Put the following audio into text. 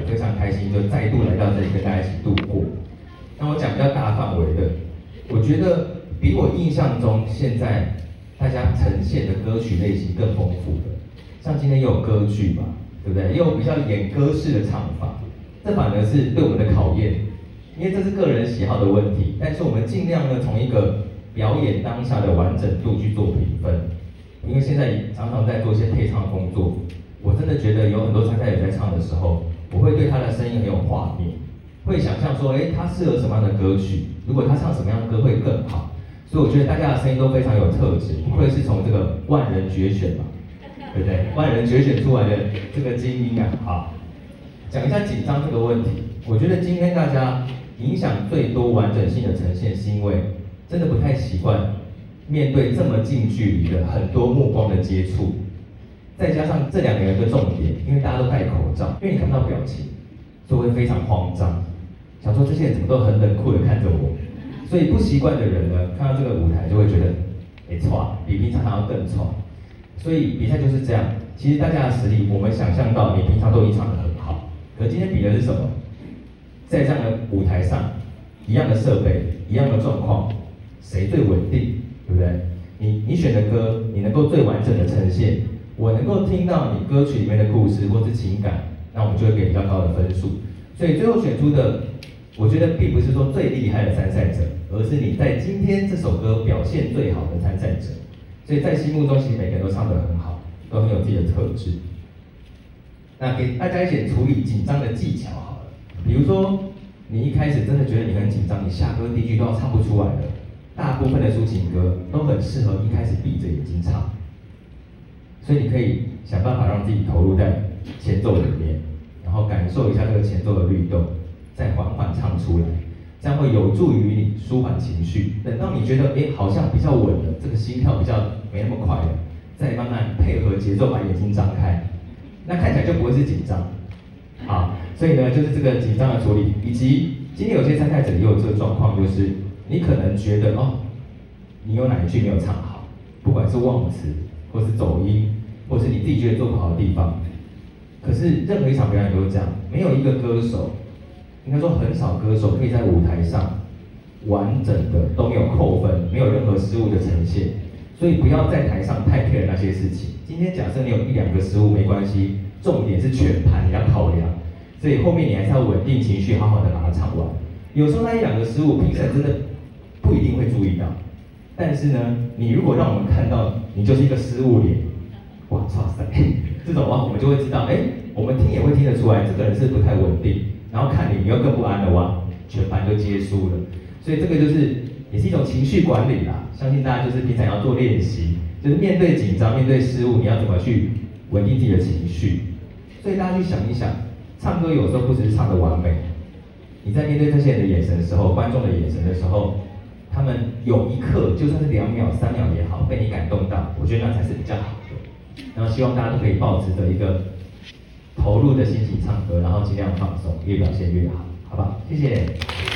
非常开心，就再度来到这里跟大家一起度过。那我讲比较大范围的，我觉得比我印象中现在大家呈现的歌曲类型更丰富的，像今天也有歌剧嘛，对不对？也有比较演歌式的唱法，这反而是对我们的考验，因为这是个人喜好的问题。但是我们尽量呢，从一个表演当下的完整度去做评分，因为现在常常在做一些配唱工作，我真的觉得有很多参赛者在唱的时候，我会对他的声音很有画面，会想象说，他适合什么样的歌曲，如果他唱什么样的歌会更好。所以我觉得大家的声音都非常有特质，不愧是从这个万人决选嘛，对不对？万人决选出来的这个精英啊，好，讲一下紧张这个问题。我觉得今天大家影响最多完整性的呈现，是因为真的不太习惯面对这么近距离的很多目光的接触，再加上这2个人的重点，因为大家都戴口罩，因为你看不到表情，所以会非常慌张，想说这些人怎么都很冷酷的看着我。所以不习惯的人呢，看到这个舞台就会觉得，错，比平常还要更错。所以比赛就是这样，其实大家的实力，我们想象到你平常都已经唱得很好，可今天比的是什么？在这样的舞台上，一样的设备，一样的状况，谁最稳定，对不对？你选的歌，你能够最完整的呈现，我能够听到你歌曲里面的故事或是情感，那我们就会给比较高的分数。所以最后选出的，我觉得并不是说最厉害的参赛者，而是你在今天这首歌表现最好的参赛者。所以在心目中，其实每个人都唱得很好，都很有自己的特质。那给大家一些处理紧张的技巧好了，比如说你一开始真的觉得你很紧张，你下歌第一句都要唱不出来了，大部分的抒情歌都很适合一开始闭着眼睛唱，所以你可以想办法让自己投入在前奏里面，然后感受一下这个前奏的律动，再缓缓唱出来，这样会有助于你舒缓情绪。等到你觉得好像比较稳了，这个心跳比较没那么快了，再慢慢配合节奏把眼睛张开，那看起来就不会是紧张。好，所以呢，就是这个紧张的处理，以及今天有些参赛者也有这个状况，就是你可能觉得你有哪一句没有唱好，不管是忘词，或是走音，或是你自己觉得做不好的地方。可是任何一场表演都是这样，没有一个歌手，应该说很少歌手可以在舞台上完整的都没有扣分，没有任何失误的呈现。所以不要在台上太 care 那些事情。今天假设你有1-2个失误没关系，重点是全盘你要考量，所以后面你还是要稳定情绪，好好的把它唱完。有时候那1-2个失误，评审真的不一定会注意到，但是呢，你如果让我们看到你就是一个失误脸，哇塞，这种话我们就会知道，我们听也会听得出来，这个人是不太稳定，然后看你又更不安的话，全盘就接输了。所以这个也是一种情绪管理啦，相信大家就是平常要做练习，就是面对紧张、面对失误，你要怎么去稳定自己的情绪。所以大家去想一想，唱歌有时候不只是唱得完美，你在面对这些人的眼神的时候，观众的眼神的时候，他们有一刻，就算是2秒、3秒也好，被你感动到，我觉得那才是比较好的。然后希望大家都可以抱持着一个投入的心情唱歌，然后尽量放松，越表现越好，好不好？谢谢。